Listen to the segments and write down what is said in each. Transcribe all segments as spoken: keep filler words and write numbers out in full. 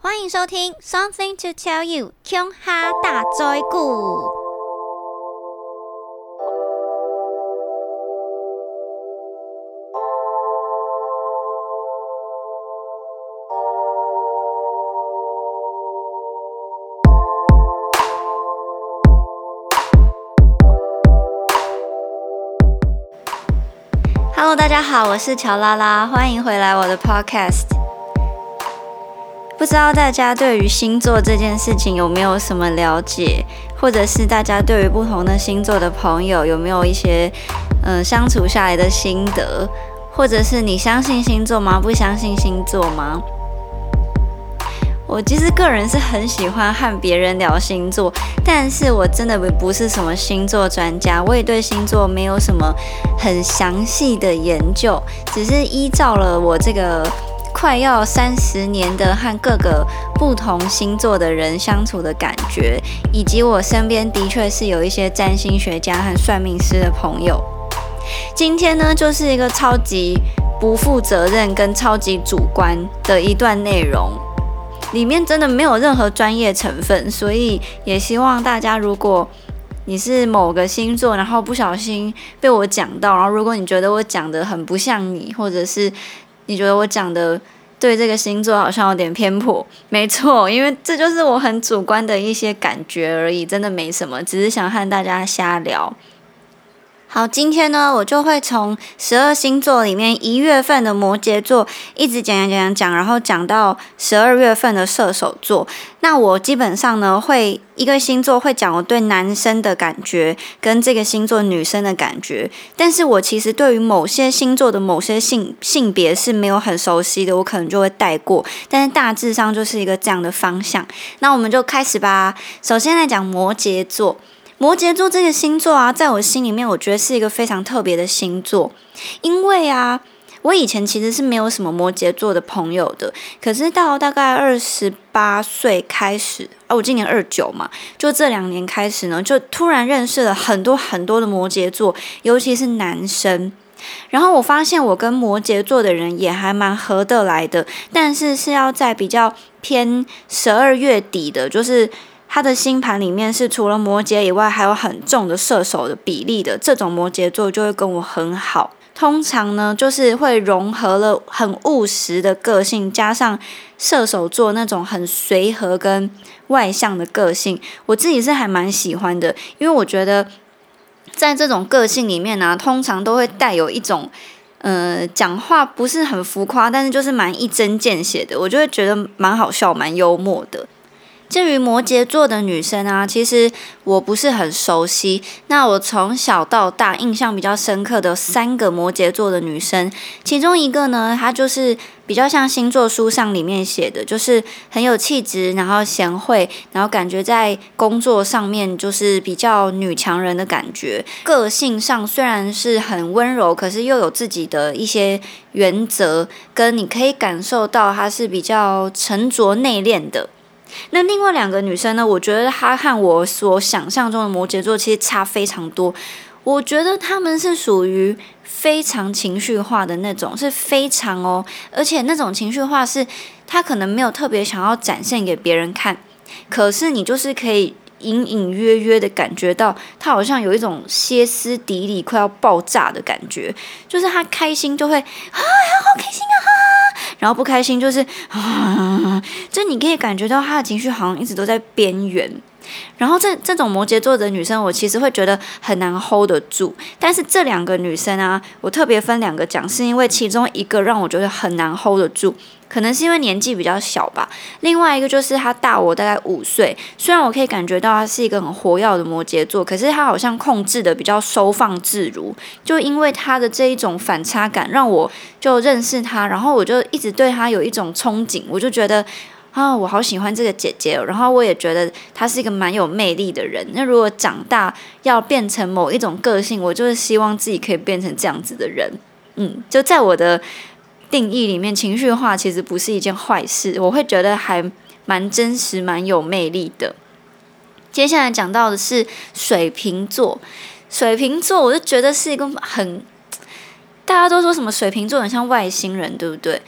欢迎收听 Something to Tell You 琼哈大灾故。Hello， 大家好，我是乔拉拉，欢迎回来我的 Podcast。不知道大家对于星座这件事情有没有什么了解，或者是大家对于不同的星座的朋友有没有一些呃相处下来的心得，或者是你相信星座吗？不相信星座吗？我其实个人是很喜欢和别人聊星座，但是我真的不是什么星座专家，我也对星座没有什么很详细的研究，只是依照了我这个快要三十年的和各个不同星座的人相处的感觉，以及我身边的确是有一些占星学家和算命师的朋友。今天呢，就是一个超级不负责任跟超级主观的一段内容，里面真的没有任何专业成分，所以也希望大家，如果你是某个星座，然后不小心被我讲到，然后如果你觉得我讲的很不像你，或者是你觉得我讲的对这个星座好像有点偏颇，没错，因为这就是我很主观的一些感觉而已，真的没什么，只是想和大家瞎聊。好，今天呢，我就会从十二星座里面一月份的摩羯座一直讲讲讲讲，然后讲到十二月份的射手座。那我基本上呢，会一个星座会讲我对男生的感觉，跟这个星座女生的感觉。但是我其实对于某些星座的某些性性别是没有很熟悉的，我可能就会带过。但是大致上就是一个这样的方向。那我们就开始吧。首先来讲摩羯座。摩羯座这个星座啊，在我心里面，我觉得是一个非常特别的星座，因为啊，我以前其实是没有什么摩羯座的朋友的，可是到大概二十八岁开始，啊，我今年二十九嘛，就这两年开始呢，就突然认识了很多很多的摩羯座，尤其是男生。然后我发现我跟摩羯座的人也还蛮合得来的，但是是要在比较偏十二月底的，就是他的星盘里面是除了摩羯以外还有很重的射手的比例的，这种摩羯座就会跟我很好。通常呢，就是会融合了很务实的个性，加上射手座那种很随和跟外向的个性，我自己是还蛮喜欢的，因为我觉得在这种个性里面啊，通常都会带有一种呃，讲话不是很浮夸，但是就是蛮一针见血的，我就会觉得蛮好笑蛮幽默的。至于摩羯座的女生啊，其实我不是很熟悉。那我从小到大印象比较深刻的三个摩羯座的女生，其中一个呢，她就是比较像星座书上里面写的，就是很有气质，然后贤惠，然后感觉在工作上面就是比较女强人的感觉。个性上虽然是很温柔，可是又有自己的一些原则，跟你可以感受到她是比较沉着内敛的。那另外两个女生呢，我觉得她和我所想象中的摩羯座其实差非常多。我觉得她们是属于非常情绪化的那种，是非常哦，而且那种情绪化是她可能没有特别想要展现给别人看，可是你就是可以隐隐约约的感觉到她好像有一种歇斯底里快要爆炸的感觉，就是她开心就会啊好开心啊哈，然后不开心就是啊，就你可以感觉到她的情绪好像一直都在边缘。然后这这种摩羯座的女生，我其实会觉得很难 hold 得住。但是这两个女生啊，我特别分两个讲，是因为其中一个让我觉得很难 hold 得住，可能是因为年纪比较小吧。另外一个就是她大我大概五岁，虽然我可以感觉到她是一个很活跃的摩羯座，可是她好像控制的比较收放自如。就因为她的这一种反差感，让我就认识她，然后我就一直对她有一种憧憬，我就觉得啊，我好喜欢这个姐姐哦，然后我也觉得她是一个蛮有魅力的人。那如果长大要变成某一种个性，我就是希望自己可以变成这样子的人。嗯，就在我的定义里面，情绪化其实不是一件坏事，我会觉得还蛮真实、蛮有魅力的。接下来讲到的是水瓶座，水瓶座我就觉得是一个很，大家都说什么水瓶座很像外星人，对不对？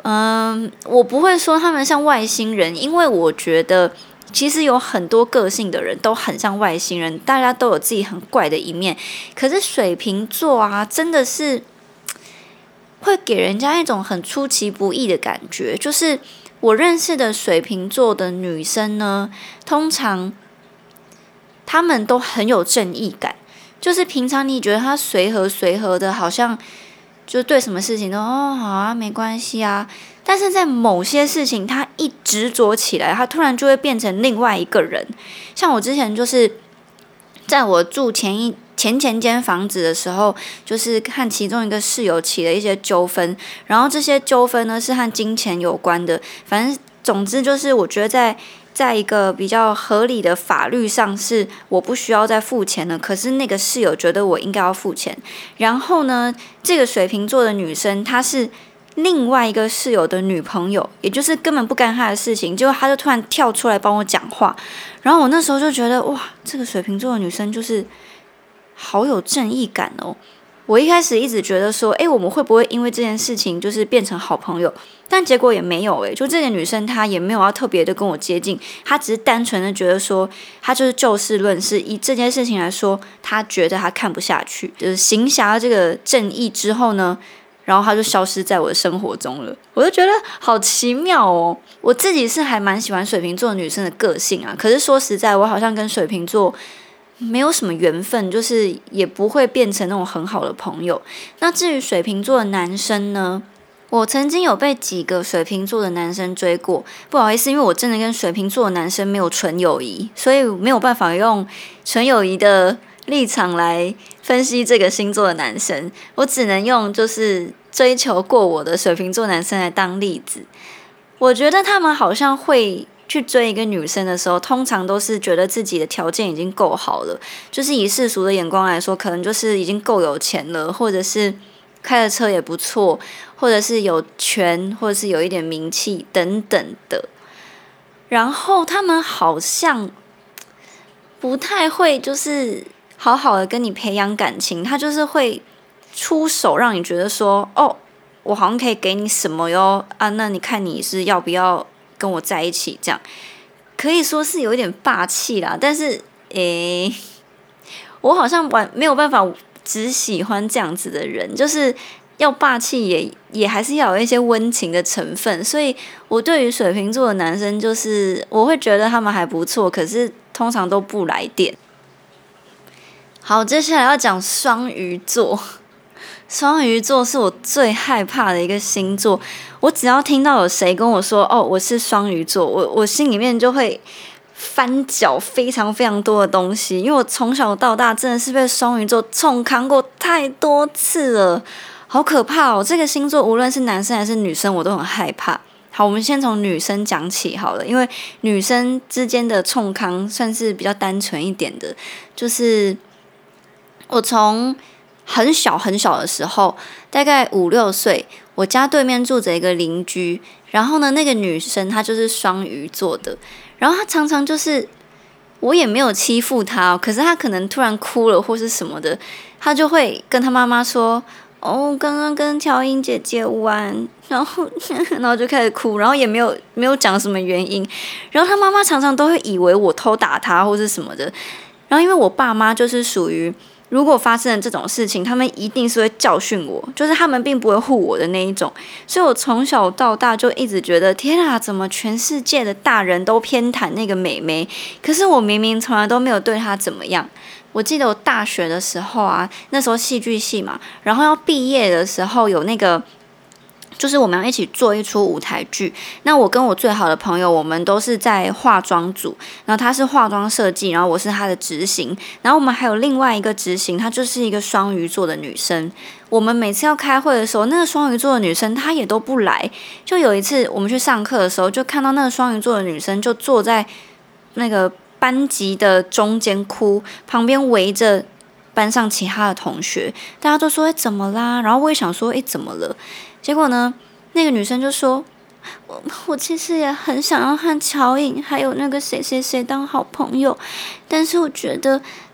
嗯，我不会说他们像外星人，因为我觉得其实有很多个性的人都很像外星人，大家都有自己很怪的一面。可是水瓶座啊，真的是会给人家一种很出其不意的感觉。就是我认识的水瓶座的女生呢，通常她们都很有正义感。就是平常你觉得她随和随和的，好像就对什么事情都哦好啊，没关系啊。但是在某些事情，他一执着起来，他突然就会变成另外一个人。像我之前就是在我住前一前前间房子的时候，就是和其中一个室友起了一些纠纷，然后这些纠纷呢是和金钱有关的。反正总之就是，我觉得在在一个比较合理的法律上是我不需要再付钱了，可是那个室友觉得我应该要付钱。然后呢，这个水瓶座的女生她是另外一个室友的女朋友，也就是根本不干她的事情，结果她就突然跳出来帮我讲话，然后我那时候就觉得哇，这个水瓶座的女生就是好有正义感哦。我一开始一直觉得说，诶，我们会不会因为这件事情就是变成好朋友？但结果也没有诶，就这个女生她也没有要特别的跟我接近，她只是单纯的觉得说，她就是就事论事，以这件事情来说，她觉得她看不下去，就是行侠这个正义之后呢，然后她就消失在我的生活中了。我就觉得好奇妙哦。我自己是还蛮喜欢水瓶座女生的个性啊，可是说实在，我好像跟水瓶座没有什么缘分，就是也不会变成那种很好的朋友。那至于水瓶座的男生呢，我曾经有被几个水瓶座的男生追过，不好意思，因为我真的跟水瓶座的男生没有纯友谊，所以没有办法用纯友谊的立场来分析这个星座的男生，我只能用就是追求过我的水瓶座男生来当例子。我觉得他们好像会去追一个女生的时候，通常都是觉得自己的条件已经够好了，就是以世俗的眼光来说，可能就是已经够有钱了，或者是开的车也不错，或者是有权，或者是有一点名气等等的。然后他们好像不太会就是好好的跟你培养感情，他就是会出手让你觉得说，哦，我好像可以给你什么哟啊，那你看你是要不要跟我在一起？这样可以说是有一点霸气啦，但是诶，我好像完没有办法只喜欢这样子的人，就是要霸气也也还是要有一些温情的成分。所以我对于水瓶座的男生，就是我会觉得他们还不错，可是通常都不来电。好，接下来要讲双鱼座。双鱼座是我最害怕的一个星座，我只要听到有谁跟我说哦我是双鱼座，我我心里面就会翻搅非常非常多的东西，因为我从小到大真的是被双鱼座冲康过太多次了，好可怕哦！这个星座无论是男生还是女生，我都很害怕。好，我们先从女生讲起好了，因为女生之间的冲康算是比较单纯一点的，就是我从很小很小的时候，大概五六岁，我家对面住着一个邻居，然后呢，那个女生她就是双鱼座的，然后她常常就是我也没有欺负她，可是她可能突然哭了或是什么的，她就会跟她妈妈说：“哦，刚刚跟乔英姐姐玩，然后然后就开始哭，然后也没有没有讲什么原因，然后她妈妈常常都会以为我偷打她或是什么的，然后因为我爸妈就是属于。如果发生了这种事情，他们一定是会教训我，就是他们并不会护我的那一种。所以我从小到大就一直觉得，天啊，怎么全世界的大人都偏袒那个妹妹？可是我明明从来都没有对她怎么样。我记得我大学的时候啊，那时候戏剧系嘛，然后要毕业的时候有那个。就是我们要一起做一出舞台剧，那我跟我最好的朋友，我们都是在化妆组，然后他是化妆设计，然后我是他的执行，然后我们还有另外一个执行，她就是一个双鱼座的女生。我们每次要开会的时候，那个双鱼座的女生她也都不来。就有一次我们去上课的时候，就看到那个双鱼座的女生就坐在那个班级的中间哭，旁边围着班上其他的同学，大家都说：“哎，怎么啦？”然后我也想说：“哎，怎么了？”结果呢，那个女生就说：“我我其实也很想要和乔颖还有那个谁谁谁当好朋友，但是我觉得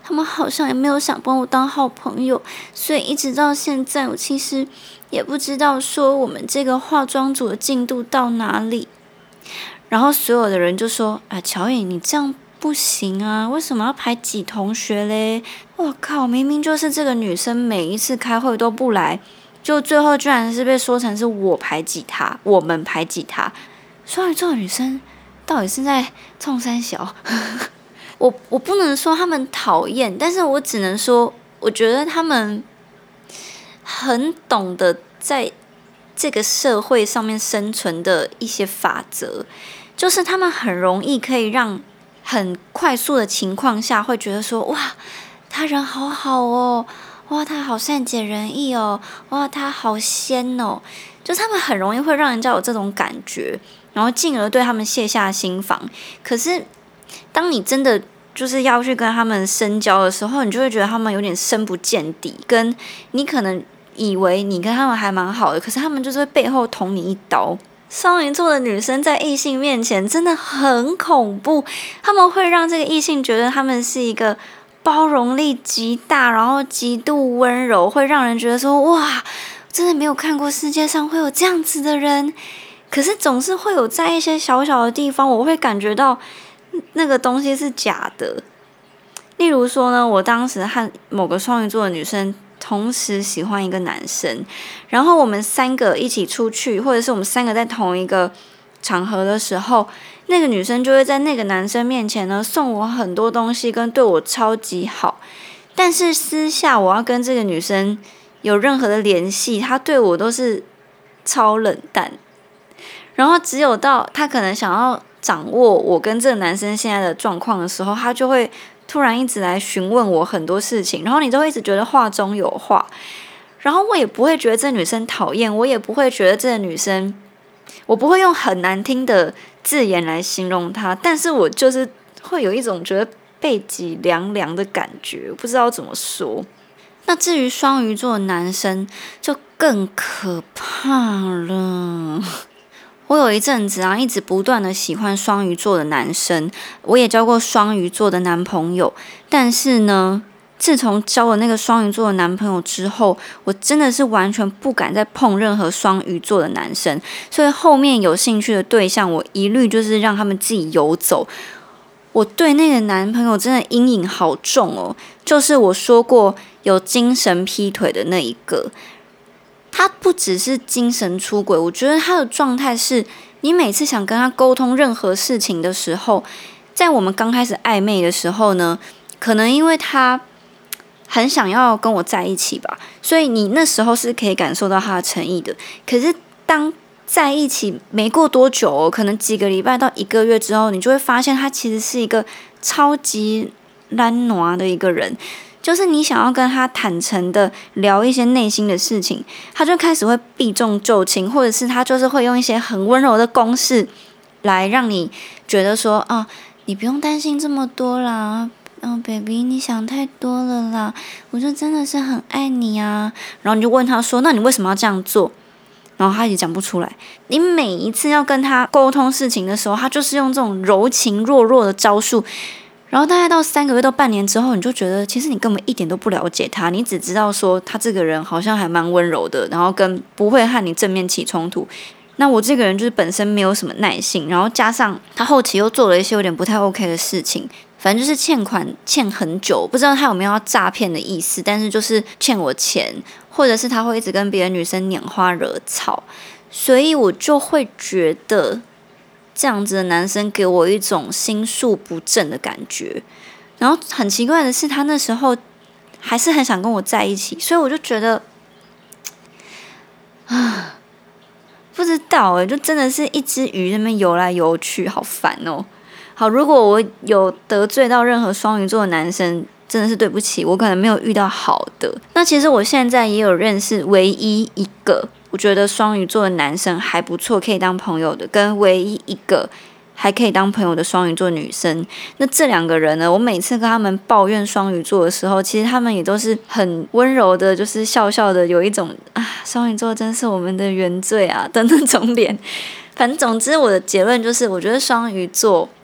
他们好像也没有想帮我当好朋友，所以一直到现在，我其实也不知道说我们这个化妆组的进度到哪里。然后所有的人就说：“啊，乔颖，你这样不行啊，为什么要排挤同学嘞？我靠，明明就是这个女生每一次开会都不来，就最后居然是被说成是我排挤她，我们排挤她。双鱼座的女生到底是在冲三小？我我不能说他们讨厌，但是我只能说，我觉得他们很懂得在这个社会上面生存的一些法则。”就是他们很容易可以让很快速的情况下会觉得说，哇，他人好好哦，哇，他好善解人意哦，哇，他好仙哦，就是他们很容易会让人家有这种感觉，然后进而对他们卸下心防。可是当你真的就是要去跟他们深交的时候，你就会觉得他们有点深不见底，跟你可能以为你跟他们还蛮好的，可是他们就是会背后捅你一刀。双鱼座的女生在异性面前真的很恐怖，他们会让这个异性觉得他们是一个包容力极大，然后极度温柔，会让人觉得说，哇，真的没有看过世界上会有这样子的人。可是总是会有在一些小小的地方，我会感觉到那个东西是假的。例如说呢，我当时和某个双鱼座的女生同时喜欢一个男生，然后我们三个一起出去，或者是我们三个在同一个场合的时候，那个女生就会在那个男生面前呢送我很多东西，跟对我超级好。但是私下我要跟这个女生有任何的联系，她对我都是超冷淡。然后只有到她可能想要掌握我跟这个男生现在的状况的时候，她就会突然一直来询问我很多事情，然后你都会一直觉得话中有话，然后我也不会觉得这女生讨厌，我也不会觉得这个女生，我不会用很难听的字眼来形容她，但是我就是会有一种觉得背脊凉凉的感觉，不知道怎么说。那至于双鱼座的男生就更可怕了。我有一阵子啊，一直不断的喜欢双鱼座的男生，我也交过双鱼座的男朋友，但是呢，自从交了那个双鱼座的男朋友之后，我真的是完全不敢再碰任何双鱼座的男生，所以后面有兴趣的对象，我一律就是让他们自己游走。我对那个男朋友真的阴影好重哦，就是我说过有精神劈腿的那一个。他不只是精神出轨，我觉得他的状态是，你每次想跟他沟通任何事情的时候，在我们刚开始暧昧的时候呢，可能因为他很想要跟我在一起吧，所以你那时候是可以感受到他的诚意的。可是当在一起没过多久哦，可能几个礼拜到一个月之后，你就会发现他其实是一个超级懒惰的一个人。就是你想要跟他坦诚的聊一些内心的事情，他就开始会避重就轻，或者是他就是会用一些很温柔的公式来让你觉得说，啊，你不用担心这么多啦，嗯、哦、，baby， 你想太多了啦，我就真的是很爱你啊。然后你就问他说，那你为什么要这样做？然后他也讲不出来。你每一次要跟他沟通事情的时候，他就是用这种柔情弱弱的招数。然后大概到三个月到半年之后，你就觉得其实你根本一点都不了解他，你只知道说他这个人好像还蛮温柔的，然后跟不会和你正面起冲突。那我这个人就是本身没有什么耐性，然后加上他后期又做了一些有点不太 OK 的事情，反正就是欠款欠很久，不知道他有没有要诈骗的意思，但是就是欠我钱，或者是他会一直跟别的女生拈花惹草，所以我就会觉得这样子的男生给我一种心术不正的感觉。然后很奇怪的是，他那时候还是很想跟我在一起，所以我就觉得啊，不知道诶，就真的是一只鱼在那边游来游去，好烦哦。好，如果我有得罪到任何双鱼座的男生，真的是对不起，我可能没有遇到好的。那其实我现在也有认识唯一一个我觉得双鱼座的男生还不错，可以当朋友的，跟唯一一个还可以当朋友的双鱼座女生。那这两个人呢，我每次跟他们抱怨双鱼座的时候，其实他们也都是很温柔的，就是笑笑的，有一种啊，双鱼座真是我们的原罪啊的那种脸。反正总之我的结论就是，我觉得双鱼座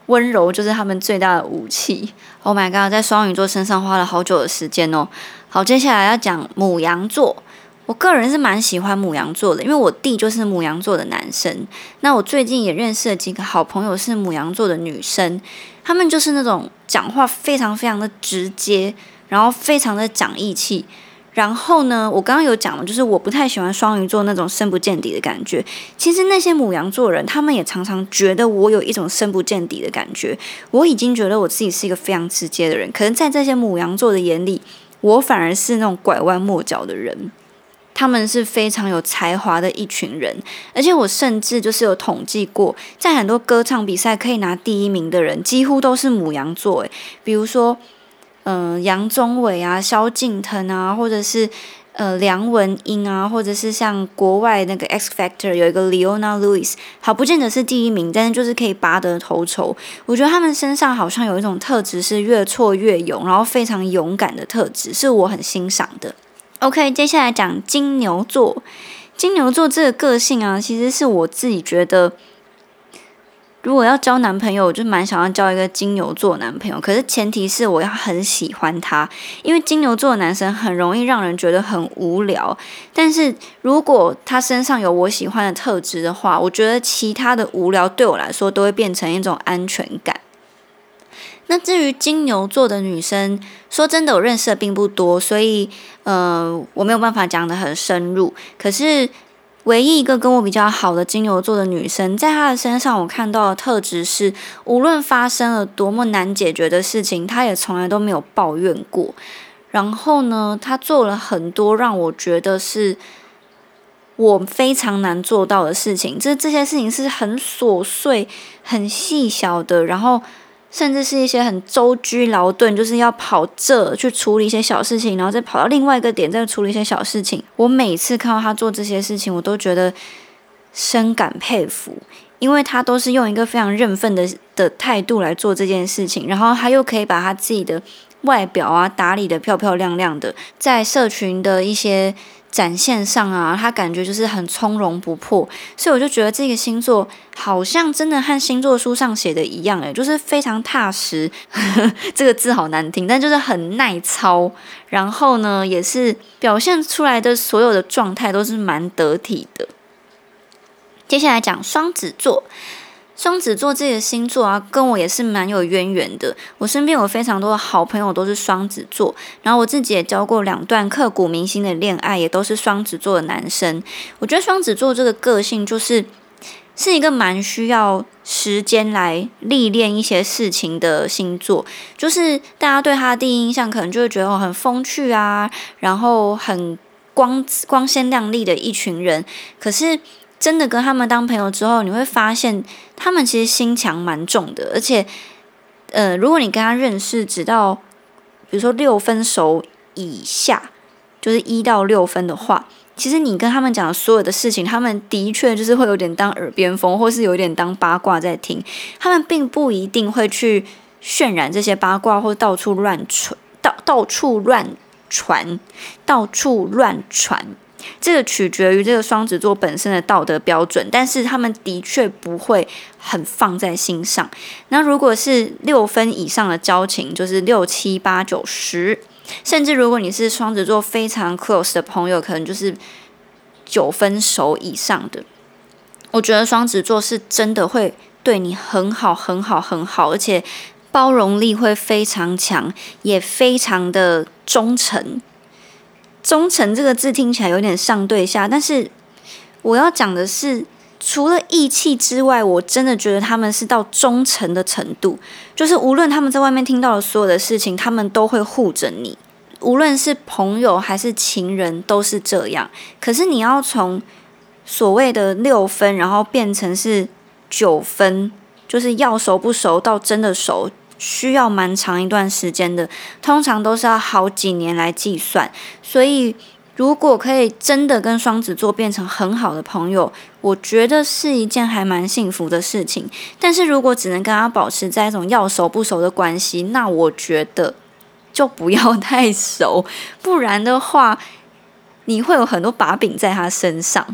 温柔就是他们最大的武器。Oh my god， 在双鱼座身上花了好久的时间哦。好，接下来要讲牡羊座。我个人是蛮喜欢牡羊座的，因为我弟就是牡羊座的男生。那我最近也认识了几个好朋友是牡羊座的女生，他们就是那种讲话非常非常的直接，然后非常的讲义气。然后呢，我刚刚有讲了，就是我不太喜欢双鱼座那种深不见底的感觉。其实那些牡羊座人，他们也常常觉得我有一种深不见底的感觉。我已经觉得我自己是一个非常直接的人，可能在这些牡羊座的眼里，我反而是那种拐弯抹角的人。他们是非常有才华的一群人，而且我甚至就是有统计过，在很多歌唱比赛可以拿第一名的人，几乎都是牡羊座。诶，比如说，嗯、呃，杨宗纬啊、萧敬腾啊，或者是呃梁文音啊，或者是像国外那个 X Factor 有一个 Leona Lewis， 好，不见得是第一名，但是就是可以拔得头筹。我觉得他们身上好像有一种特质是越挫越勇，然后非常勇敢的特质，是我很欣赏的。OK， 接下来讲金牛座。金牛座这个个性啊，其实是我自己觉得，如果要交男朋友，我就蛮想要交一个金牛座男朋友。可是前提是我要很喜欢他，因为金牛座的男生很容易让人觉得很无聊。但是如果他身上有我喜欢的特质的话，我觉得其他的无聊对我来说都会变成一种安全感。那至于金牛座的女生，说真的我认识的并不多，所以呃我没有办法讲得很深入。可是唯一一个跟我比较好的金牛座的女生，在她的身上我看到的特质是，无论发生了多么难解决的事情，她也从来都没有抱怨过。然后呢，她做了很多让我觉得是我非常难做到的事情，这这些事情是很琐碎、很细小的，然后甚至是一些很舟车劳顿，就是要跑这去处理一些小事情，然后再跑到另外一个点再处理一些小事情。我每次看到他做这些事情，我都觉得深感佩服，因为他都是用一个非常认份的的态度来做这件事情，然后他又可以把他自己的外表啊打理得漂漂亮亮的，在社群的一些展现上啊，他感觉就是很从容不迫，所以我就觉得这个星座好像真的和星座书上写的一样，诶，就是非常踏实这个字好难听，但就是很耐操，然后呢也是表现出来的所有的状态都是蛮得体的。接下来讲双子座。双子座这个星座啊，跟我也是蛮有渊源的。我身边有非常多的好朋友都是双子座，然后我自己也交过两段刻骨铭心的恋爱，也都是双子座的男生。我觉得双子座这个个性就是是一个蛮需要时间来历练一些事情的星座，就是大家对他的第一印象可能就会觉得、哦、很风趣啊，然后很光光鲜亮丽的一群人，可是真的跟他们当朋友之后，你会发现他们其实心墙蛮重的，而且，呃，如果你跟他认识直到比如说六分熟以下，就是一到六分的话，其实你跟他们讲的所有的事情，他们的确就是会有点当耳边风，或是有点当八卦在听，他们并不一定会去渲染这些八卦或到处乱传，到到处乱传，到处乱传。这个取决于这个双子座本身的道德标准，但是他们的确不会很放在心上。那如果是六分以上的交情，就是六七八九十，甚至如果你是双子座非常 close 的朋友，可能就是九分熟以上的。我觉得双子座是真的会对你很好很好很好，而且包容力会非常强，也非常的忠诚。忠诚这个字听起来有点上对下，但是我要讲的是，除了义气之外，我真的觉得他们是到忠诚的程度，就是无论他们在外面听到的所有的事情，他们都会护着你，无论是朋友还是情人都是这样。可是你要从所谓的六分，然后变成是九分，就是要熟不熟到真的熟，需要蛮长一段时间的，通常都是要好几年来计算。所以如果可以真的跟双子座变成很好的朋友，我觉得是一件还蛮幸福的事情。但是如果只能跟他保持在一种要熟不熟的关系，那我觉得就不要太熟，不然的话你会有很多把柄在他身上。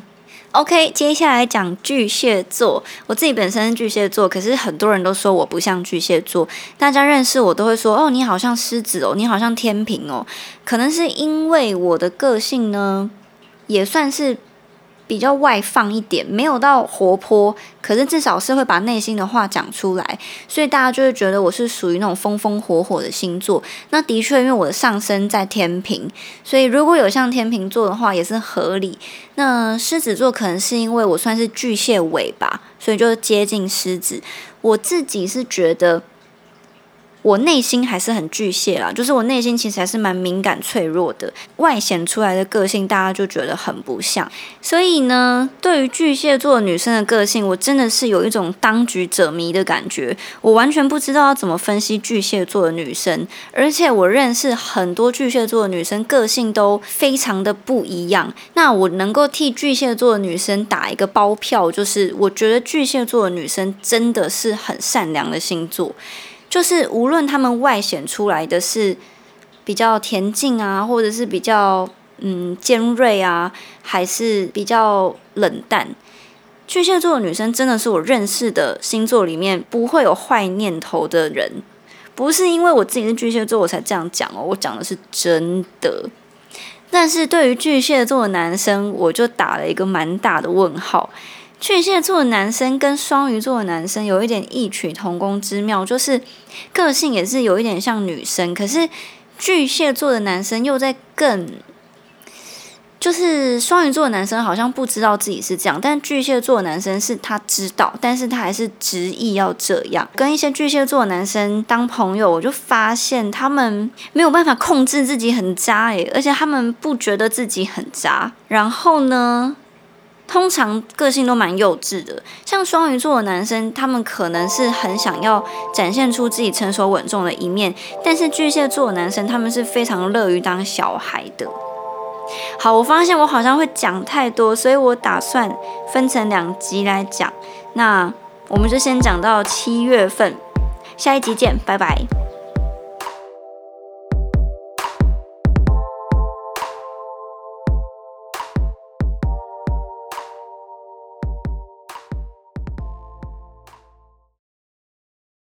OK， 接下来讲巨蟹座。我自己本身是巨蟹座，可是很多人都说我不像巨蟹座。大家认识我都会说，哦，你好像狮子哦，你好像天秤哦。可能是因为我的个性呢，也算是比较外放一点，没有到活泼，可是至少是会把内心的话讲出来，所以大家就会觉得我是属于那种风风火火的星座。那的确，因为我的上升在天秤，所以如果有像天秤座的话，也是合理。那狮子座可能是因为我算是巨蟹尾吧，所以就接近狮子。我自己是觉得，我内心还是很巨蟹啦，就是我内心其实还是蛮敏感脆弱的，外显出来的个性大家就觉得很不像。所以呢，对于巨蟹座女生的个性，我真的是有一种当局者迷的感觉，我完全不知道要怎么分析巨蟹座的女生，而且我认识很多巨蟹座的女生个性都非常的不一样。那我能够替巨蟹座的女生打一个包票，就是我觉得巨蟹座的女生真的是很善良的星座，就是无论他们外显出来的是比较恬静啊，或者是比较嗯尖锐啊，还是比较冷淡，巨蟹座的女生真的是我认识的星座里面不会有坏念头的人。不是因为我自己是巨蟹座我才这样讲哦，我讲的是真的。但是对于巨蟹座的男生，我就打了一个蛮大的问号。巨蟹座的男生跟双鱼座的男生有一点异曲同工之妙，就是个性也是有一点像女生，可是巨蟹座的男生又在更，就是双鱼座的男生好像不知道自己是这样，但巨蟹座的男生是他知道，但是他还是执意要这样。跟一些巨蟹座的男生当朋友，我就发现他们没有办法控制自己很渣耶，而且他们不觉得自己很渣。然后呢，通常个性都蛮幼稚的，像双鱼座的男生，他们可能是很想要展现出自己成熟稳重的一面，但是巨蟹座的男生，他们是非常乐于当小孩的。好，我发现我好像会讲太多，所以我打算分成两集来讲。那我们就先讲到七月份，下一集见，拜拜。